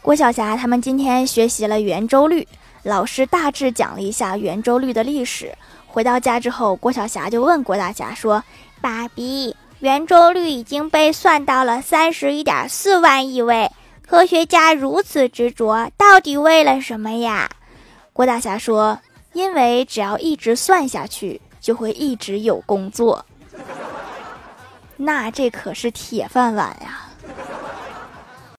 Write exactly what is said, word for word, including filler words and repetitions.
郭晓霞他们今天学习了圆周率，老师大致讲了一下圆周率的历史。回到家之后，郭晓霞就问郭大侠说：爸比，圆周率已经被算到了三十一点四万亿位，科学家如此执着，到底为了什么呀？郭大侠说：因为只要一直算下去，就会一直有工作。那这可是铁饭碗呀！